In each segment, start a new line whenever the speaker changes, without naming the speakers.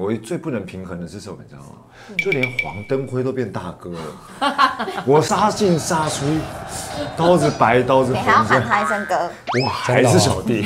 我最不能平衡的是什么，你知道吗？就连黄登辉都变大哥了，我杀进杀出，刀子白刀子红，
你还要喊他一声哥，
哇，还是小弟。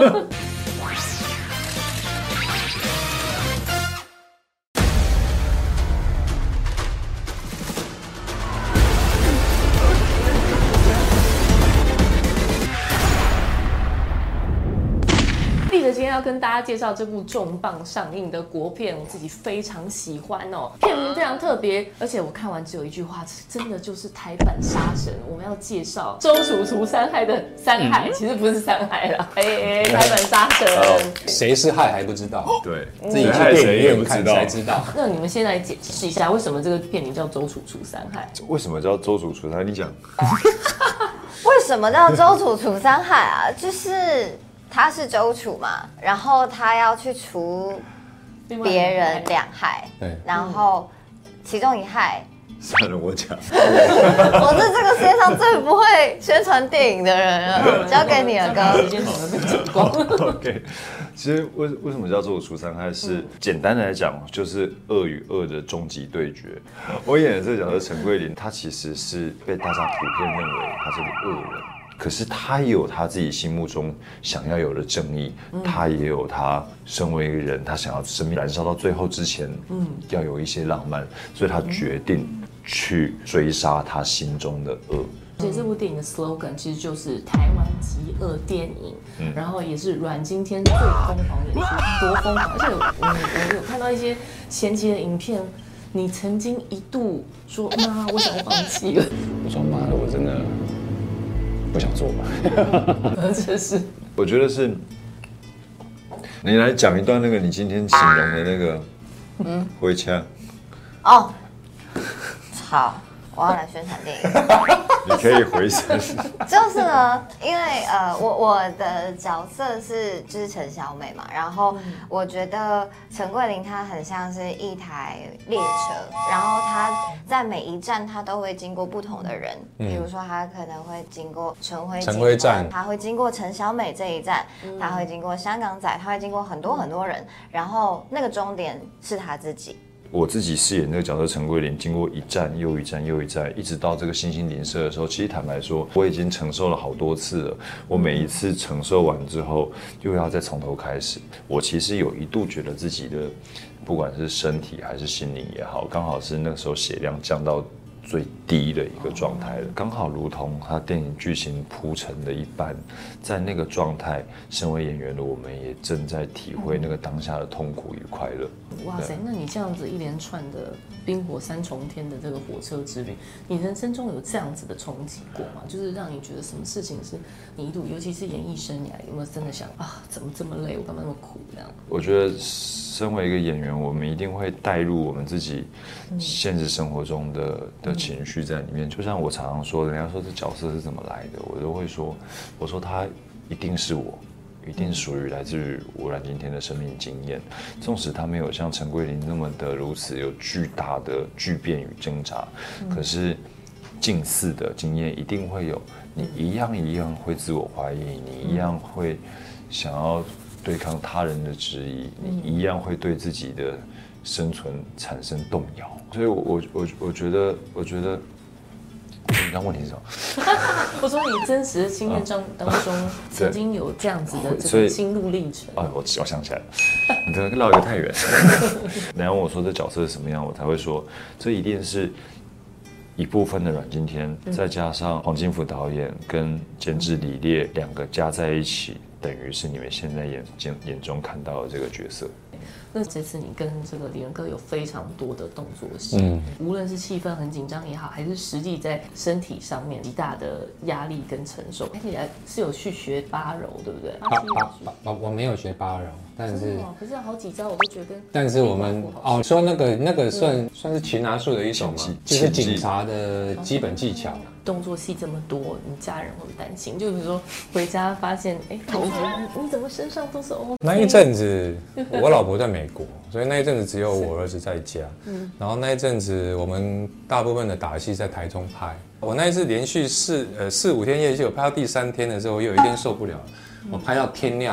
今天要跟大家介绍这部重磅上映的国片，我自己非常喜欢哦。片名非常特别，而且我看完只有一句话，真的就是台版杀神。我们要介绍周楚除三害的三害，其实不是三害啦，台版杀神。
谁是害还不知道，
对，
自己去电影院看才知道。
那你们先来解释一下，为什么这个片名叫周楚除三害？
为什么叫周楚除三害？你讲。
为什么叫周楚除三害啊？就是他是周楚嘛，然后他要去除别人2害，然后其中1害。
算了，我讲。
我是这个世界上最不会宣传电影的人了，交给你了，哥。
时间怎么被剪光
？OK， 其实为什么叫周楚除三害？是简单的来讲，就是恶与恶的终极对决。我演的这个角色陈桂林，他其实是被大家普遍认为他是个恶人。可是他也有他自己心目中想要有的正义，他也有他身为一个人，他想要生命燃烧到最后之前，要有一些浪漫，所以他决定去追杀他心中的恶。
所以这部电影的 slogan 其实就是台湾极恶电影，然后也是阮经天最疯狂演出，多疯狂！而且我有看到一些前期的影片，你曾经一度说妈，我想放弃了。
我说妈的，我真的不想做吧。
这是，
我觉得是，你来讲一段那个你今天形容的那个，回腔。
哦，好，我要来宣传电影。
你可以回声。
就是呢，因为我的角色就是陈小美嘛，然后我觉得陈桂林她很像是一台列车，然后她在每一站她都会经过不同的人，比如说她可能会经过陈辉站，她会经过陈小美这一站，她会经过香港仔，她会经过很多人，然后那个终点是她自己。
我自己饰演那个角色陈桂林，经过一站又一站又一站，一直到这个星星临舍的时候，其实坦白说，我已经承受了好多次了。我每一次承受完之后，又要再从头开始。我其实有一度觉得自己的，不管是身体还是心灵也好，刚好是那个时候血量降到最低的一个状态了，刚好如同他电影剧情铺陈的一般，在那个状态，身为演员的我们也正在体会那个当下的痛苦与快乐。
哇塞，那你这样子一连串的冰火三重天的这个火车之旅，你人生中有这样子的冲击过吗？就是让你觉得什么事情是你一度，尤其是演艺生涯，有没有真的想啊，怎么这么累，我干嘛那么苦这样？
我觉得身为一个演员，我们一定会带入我们自己现实生活中的情绪在里面。就像我常常说，人家说这角色是怎么来的，我都会说，我说他一定是我。一定属于来自于我阮经天的生命经验，纵使他没有像陈桂林那么的如此有巨大的巨变与挣扎，可是近似的经验一定会有。你一样会自我怀疑，你一样会想要对抗他人的质疑，你一样会对自己的生存产生动摇。所以我觉得。你刚问题是什么？
我说你真实的经验当中，曾经有这样子的这个心路历程。
我想起来了，你这个绕一个太远。然后我说这角色是什么样，我才会说，这一定是一部分的阮经天，再加上黄金福导演跟监制李烈2个加在一起，等于是你们现在眼中看到的这个角色。
那这次你跟这个李仁哥有非常多的动作戏，无论是气氛很紧张也好，还是实际在身体上面极大的压力跟承受，看起来是有去学八柔，对不对？
我没有学八柔，但是
可是好几招我都觉得跟。
但是我们说那个算是擒拿术的一种嘛，就是警察的基本技巧。
动作戏这么多，你家人会不会担心？就比如说回家发现，你怎么身上都是OK？
那一阵子，我老婆在美国，所以那一阵子只有我儿子在家。然后那一阵子，我们大部分的打戏在台中拍。我那一次连续4、5天夜戏，我拍到第3天的时候，我有一天受不了了，我拍到天亮。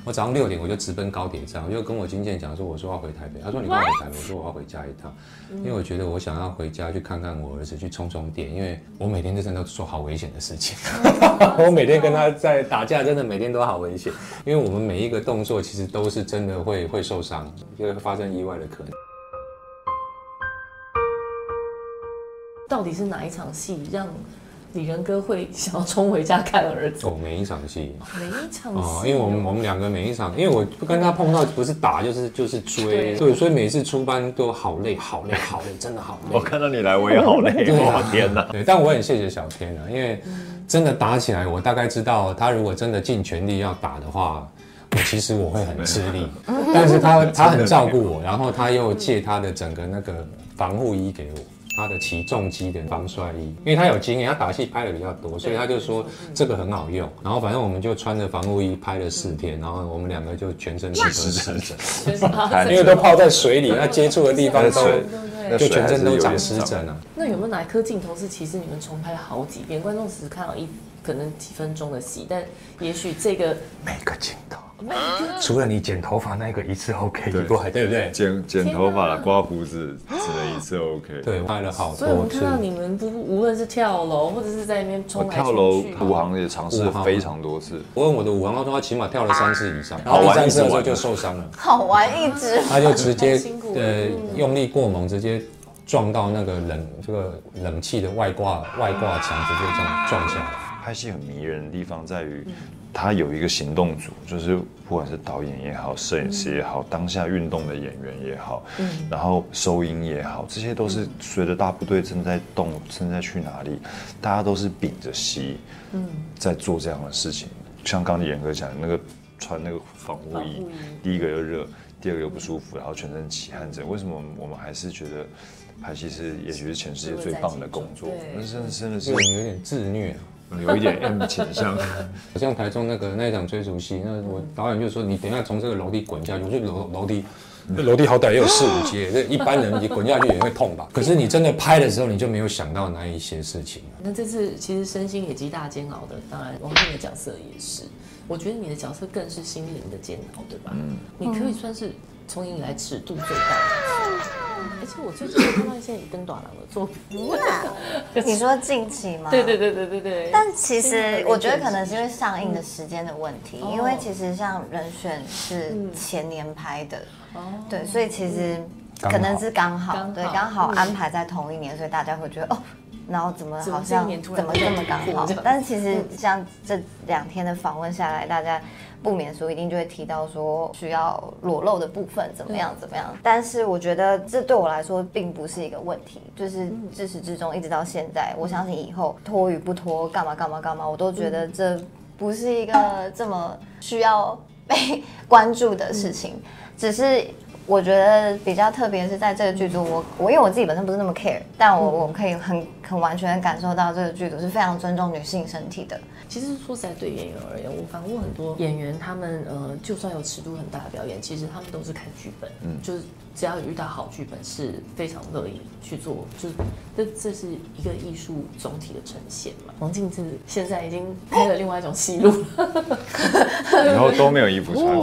我早上6点我就直奔高铁站，我就跟我经纪人讲说，我说要回台北，他说你干嘛回台北？我说我要回家一趟，因为我觉得我想要回家去看看我儿子，去充充电，因为我每天真的都做好危险的事情，我每天跟他在打架，真的每天都好危险，因为我们每一个动作其实都是真的会受伤，就会发生意外的可能。
到底是哪一场戏让李仁哥会想要冲回家看儿子？
哦，每一场戏，
每一场戏，
因为我们两个每一场，因为我跟他碰到不是打就是追，对，所以每次出班都好累，真的好累。
我看到你来，我也好累，我天哪！
对，但我很谢谢小天啊，因为真的打起来，我大概知道他如果真的尽全力要打的话，其实我会很吃力，但是他很照顾我，然后他又借他的整个那个防护衣给我。他的起重机的防摔衣，因为他有经验，他打戏拍的比较多，所以他就说这个很好用。然后反正我们就穿着防护衣拍了4天，然后我们2个就全身都湿疹，因为都泡在水里，那接触的地方都就全身都长湿疹啊。
那有没有哪一颗镜头是其实你们重拍了好几遍，观众只看到可能几分钟的戏，但也许这个
每个镜头。除了你剪头发那个一次 OK 以外，对不对？
剪头发了，刮胡子只能一次 OK。
对，拍了好多次。
所以我们看到你们无论是跳楼，或者是在那边冲来冲去，
跳楼武行也尝试了非常多次。
我问我的武行，他说他起码跳了3次以上，然后第3次的时候就受伤了。
好玩一直，
他就直接用力过猛，直接撞到那个冷气的外挂墙，直接这样撞下来。
拍戏很迷人的地方在于，他有一个行动组，就是不管是导演也好，摄影师也好，当下运动的演员也好，然后收音也好，这些都是随着大部队正在动，正在去哪里，大家都是秉着戏，在做这样的事情。像刚刚严哥讲的那个穿那个防护衣，第一个又热，第二个又不舒服，然后全身起汗疹。为什么我们还是觉得拍戏是也许是全世界最棒的工作？那真的是
有点自虐。
有一点 M 倾向，
像台中那一场追逐戏，那我导演就说你等一下从这个楼梯滚下去，我就楼梯好歹也有4、5阶，这一般人你滚下去也会痛吧？可是你真的拍的时候，你就没有想到那一些事情。
那这次其实身心也极大煎熬的，当然王静的角色也是，我觉得你的角色更是心灵的煎熬，对吧？你可以算是从影以来尺度最大的。而且我最近看到一些你登短廊的作品，
你说近期吗？
对。
但其实我觉得可能是因为上映的时间的问题，因为其实像《人选》是前年拍的，对，所以其实可能是刚好安排在同一年，所以大家会觉得哦，然后怎么好像怎么这么刚好？但是其实像这2天的访问下来，大家不免俗一定就会提到说需要裸露的部分怎么样，但是我觉得这对我来说并不是一个问题，就是自始至终一直到现在，我相信以后脱与不脱，干嘛，我都觉得这不是一个这么需要被关注的事情，只是。我觉得比较特别是在这个剧组，我因为我自己本身不是那么 care， 但我可以很完全感受到这个剧组是非常尊重女性身体的。
其实说实在，对演员而言，我访问很多演员，他们就算有尺度很大的表演，其实他们都是看剧本，就是只要有遇到好剧本，是非常乐意去做，就是这是一个艺术总体的呈现嘛。王静之现在已经开了另外一种戏路了，
以后都没有衣服穿，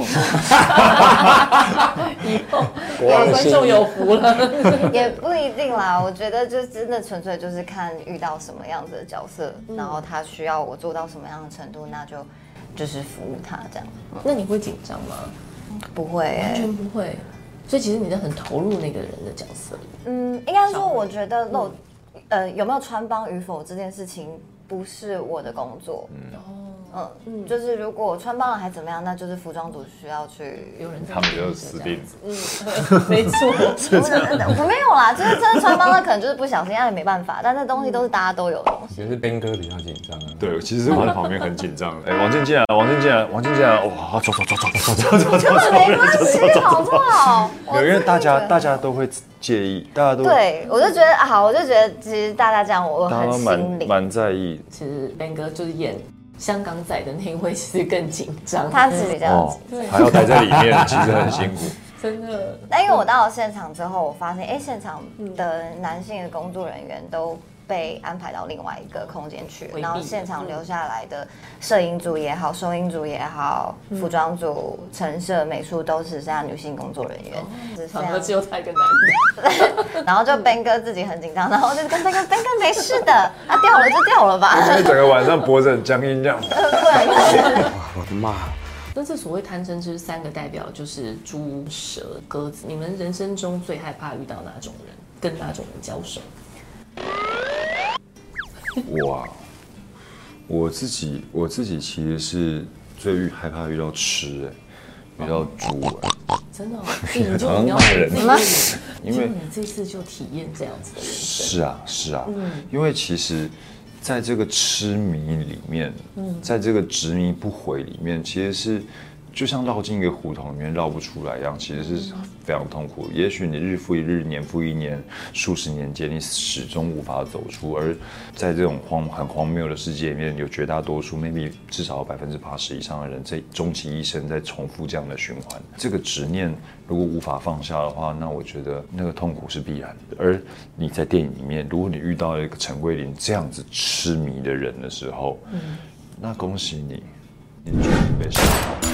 以后观众有福了，
也不一定啦。我觉得就真的纯粹就是看遇到什么样子的角色，然后他需要我做到什么样的程度，那就是服务他这样。
那你会紧张吗？
不会，
完全不会。所以其实你在很投入那个人的角色。
应该说，我觉得有没有穿帮与否这件事情不是我的工作。就是如果我穿帮了还怎么样，那就是服装组需要去。
有人
他们就是死定。
没错。
我没有啦，就是真的穿帮，那可能就是不小心，那也没办法。但那东西都是大家都有的东西。
觉得是Ben哥比较紧张啊。
对，其实我在旁边很紧张。王静进来，哇，走，
根本没关系，好不好？
因为大家都会介意，大家都
对，我就觉得好，我就觉得其实大家这样，我很心领，
蛮在意。
其实 Ben 哥就是演香港仔的那一位，其实更紧张，
他是比较
还要待在里面，其实很辛苦。
真的。
但因为我到了现场之后，我发现，现场的男性的工作人员都被安排到另外一个空间去，然后现场留下来的摄影组也好、收音组也好、服装组、陈设、美术都是剩下女性工作人员，
反而只有他一个男的。
然后就 Ben 哥自己很紧张，然后我就跟 Ben 哥没事的，啊掉了就掉了吧。
因为整个晚上脖子很僵硬这样。
我的妈！
那这所谓贪嗔痴3个代表就是猪、蛇、鸽子。你们人生中最害怕遇到哪种人，跟哪种人交手？
哇，我自己其实是最害怕遇到吃遇到猪
真的、哦，你就你要你吗？因为你这次就体验这样子的人生。
是啊，因为其实在这个痴迷里面，在这个执迷不悔里面，其实是就像绕进一个胡同里面绕不出来一样，其实是非常痛苦。也许你日复一日、年复一年、数十年间，你始终无法走出。而在这种很荒谬的世界里面，有绝大多数 maybe 至少80%以上的人，在终其一生在重复这样的循环。这个执念如果无法放下的话，那我觉得那个痛苦是必然的。而你在电影里面，如果你遇到一个陈桂林这样子痴迷的人的时候，那恭喜你，你的剧情被杀掉。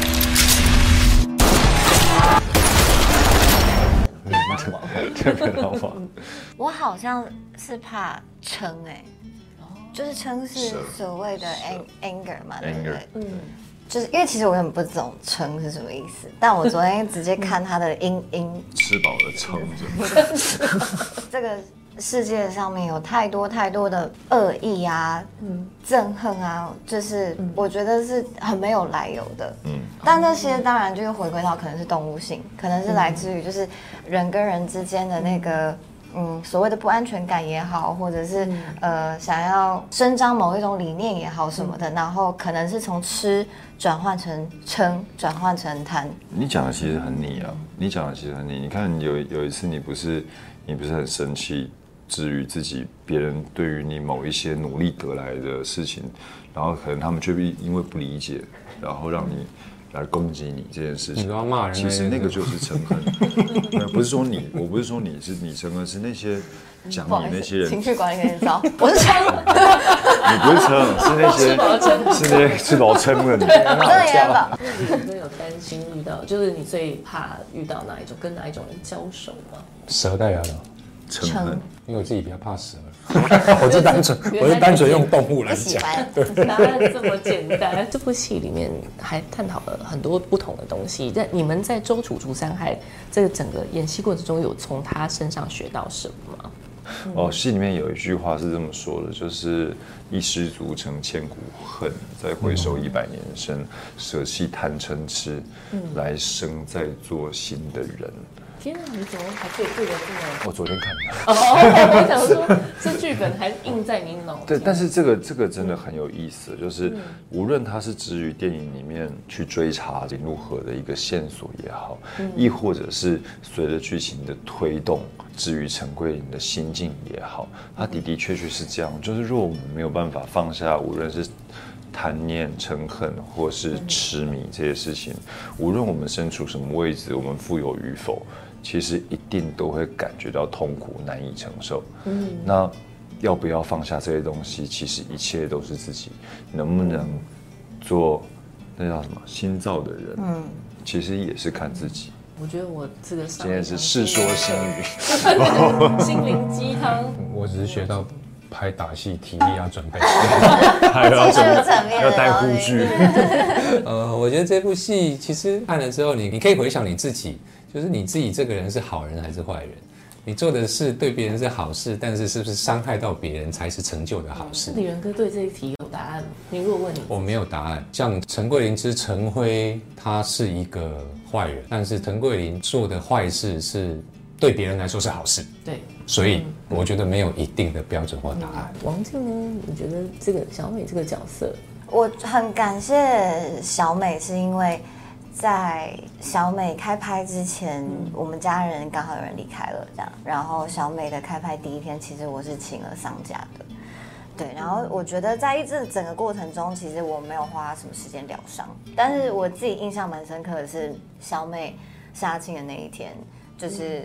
我好像是怕嗔就是嗔是所谓的 anger 嘛，对不对？就是因为其实我根本不懂嗔是什么意思，但我昨天直接看他的音，
吃饱了撑着。
这个世界上面有太多的恶意啊，憎恨啊，就是我觉得是很没有来由的。但那些当然就是回归到可能是动物性，可能是来自于就是人跟人之间的那个所谓的不安全感也好，或者是想要伸张某一种理念也好什么的，然后可能是从吃转换成嗔，转换成贪。
你讲的其实很你啊，你讲的其实很你。你看有一次你不是很生气，至于自己别人对于你某一些努力得来的事情，然后可能他们却因为不理解，然后让你来攻击你这件事情，
你要骂人，
其实那个就是嗔恨。不是说你，我不是说你是你嗔恨，是那些讲你那些人
情绪管理有点糟。我是嗔，
你不是嗔，是那些吃饱撑的你。
真的也饱。
你有担心遇到，就是你最怕遇到哪一种，跟哪一种人交手吗？
蛇代表什么？
嗔恨，
因为我自己比较怕蛇。我是单纯用动物来讲，
答案这么简单。这部戏里面还探讨了很多不同的东西。但你们在周楚除三害这个整个演戏过程中，有从他身上学到什么吗？
戏里面有一句话是这么说的，就是一失足成千古恨，再回首100年生，舍弃贪嗔痴，来生再做新的人。
天啊，你怎么还对这个这么？
我昨天看的。
我想说，这剧本还印在你脑。
对，但是这个真的很有意思，就是无论它是至于电影里面去追查林祿河的一个线索也好，亦或者是随着剧情的推动，至于陈桂林的心境也好，它的确是这样。就是如果我们没有办法放下，无论是贪念、嗔恨，或是痴迷这些事情，无论我们身处什么位置，我们富有与否，其实一定都会感觉到痛苦，难以承受。那要不要放下这些东西？其实一切都是自己能不能做那叫什么心造的人。其实也是看自己。
我觉得我这个
今天是世说新语，
心灵鸡汤。
我只是学到拍打戏体力要准备，
还要带护具。
我觉得这部戏其实看了之后，你可以回想你自己，就是你自己这个人是好人还是坏人？你做的事对别人是好事，但是是不是伤害到别人才是成就的好事？
李仁哥对这一题有答案吗？你如果问你，
我没有答案。像陈桂林之陈辉，他是一个坏人，但是陈桂林做的坏事是对别人来说是好事。
对，
所以我觉得没有一定的标准或答案。
王静呢？你觉得这个小美这个角色？
我很感谢小美，是因为在小美开拍之前，我们家人刚好有人离开了，这样。然后小美的开拍第一天，其实我是请了丧假的，对。然后我觉得在这整个过程中，其实我没有花什么时间疗伤，但是我自己印象蛮深刻的是小美杀青的那一天，就是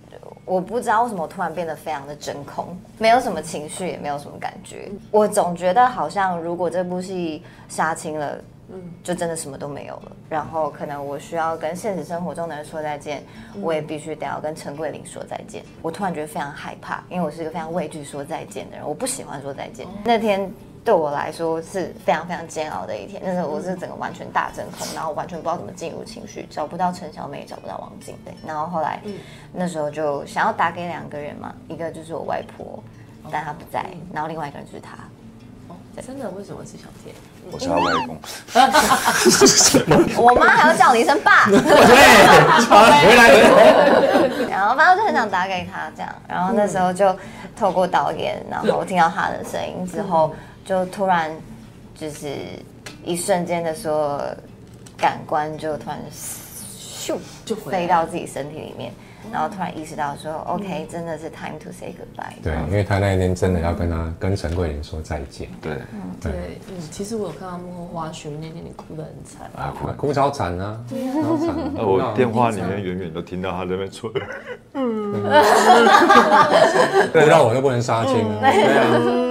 我不知道为什么我突然变得非常的真空，没有什么情绪，也没有什么感觉。我总觉得好像如果这部戏杀青了，就真的什么都没有了。然后可能我需要跟现实生活中的人说再见，我也必须得要跟陈桂林说再见。我突然觉得非常害怕，因为我是一个非常畏惧说再见的人，我不喜欢说再见。那天对我来说是非常非常煎熬的一天，但是我是整个完全大真空，然后完全不知道怎么进入情绪，找不到陈小美，找不到王静，对。然后后来那时候就想要打给2个人嘛，一个就是我外婆，但她不在，然后另外一个人就是她。
真的？为什么是小天？
我是他外公。
我妈还要叫你一声爸。
回来了。
然后反正就很想打给他这样，然后那时候就透过导演，然后听到他的声音之后，就突然就是一瞬间的所有感官就突然咻就飞到自己身体里面。然后突然意识到说 ，OK， 真的是 time to say goodbye。
对，因为他那一天真的要跟陈桂林说再见。
对，
其实我有看到幕后花絮，那天你哭得很惨，
哭超惨啊，超惨。
我电话里面远远都听到他在那边说，
哭到我都不能杀青了。对啊。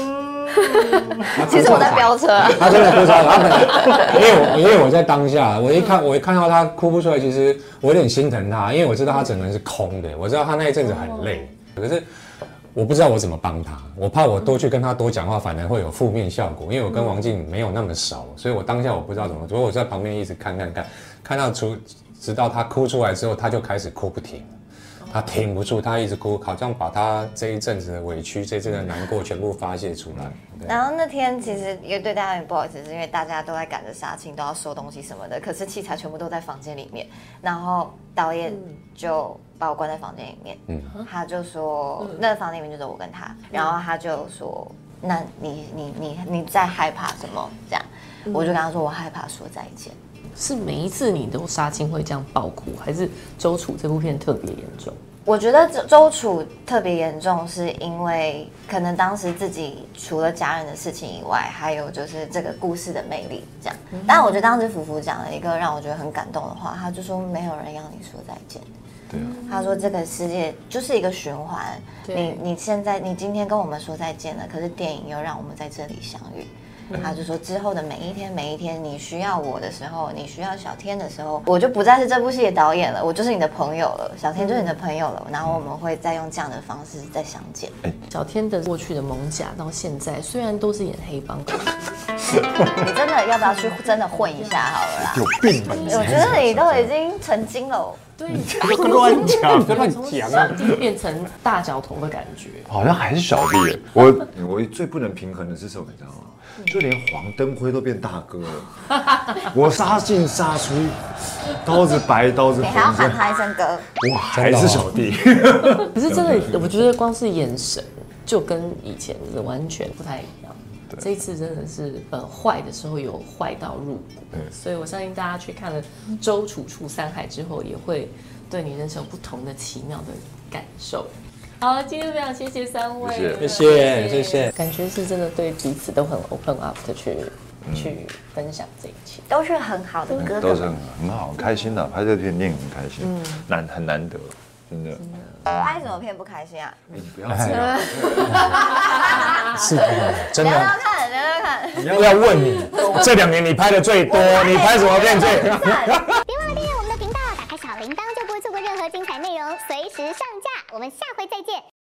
其实我在飙车啊，
他真的哭超惨，因为我在当下，我一看到他哭不出来，其实我有点心疼他，因为我知道他整个人是空的，我知道他那一阵子很累，可是我不知道我怎么帮他，我怕我多去跟他多讲话，反而会有负面效果，因为我跟王静没有那么熟，所以我当下我不知道怎么，所以我在旁边一直看到直到他哭出来之后，他就开始哭不停。他挺不住，他一直哭，好像把他这一阵子的委屈、这一阵的难过全部发泄出来。
然后那天其实也对大家有点不好意思，是因为大家都在赶着杀青，都要收东西什么的，可是器材全部都在房间里面。然后导演就把我关在房间里面，他就说那个房间里面就是我跟他，然后他就说，那你在害怕什么？这样，我就跟他说我害怕说再见。
是每一次你都杀青会这样爆哭，还是周楚这部片特别严重？
我觉得周楚特别严重，是因为可能当时自己除了家人的事情以外，还有就是这个故事的魅力这样。但我觉得当时福福讲了一个让我觉得很感动的话，他就说没有人要你说再见。
对啊，
他说这个世界就是一个循环，你今天跟我们说再见了，可是电影又让我们在这里相遇。他就说之后的每一天，你需要我的时候，你需要小天的时候，我就不再是这部戏的导演了，我就是你的朋友了，小天就是你的朋友了，然后我们会再用这样的方式再相见。
小天的过去的艋舺到现在，虽然都是演黑帮，
你真的要不要去真的混一下好了啦？
有病吧？
我觉得你都已经成精了。
对，
乱讲，
就变成大脚头的感觉。
好像还是小弟耶。我最不能平衡的是什么，你知道吗？就连黄登辉都变大哥了，我杀进杀出，刀子白刀子红，
你还要喊他一声哥，
哇，还是小弟。
可是真的，我觉得光是眼神就跟以前的完全不太一样。这一次真的是坏的时候有坏到入骨，所以我相信大家去看了周楚除三害之后，也会对你人生有不同的奇妙的感受。好，今天非常谢谢3位，
谢谢，
感觉是真的对彼此都很 open up 的去分享这一切，
都是很好的哥哥，
都是很好，很开心的，拍这片电影很开心，很难得，真的。
拍什么片不开心啊？
你不要这样，
是真的，
聊聊看，
你要问你，这2年你拍的最多，你拍什么片最？
别忘了订阅我们的频道，打开小铃铛就不会错过任何精彩内容，随时上架。我们下回再见。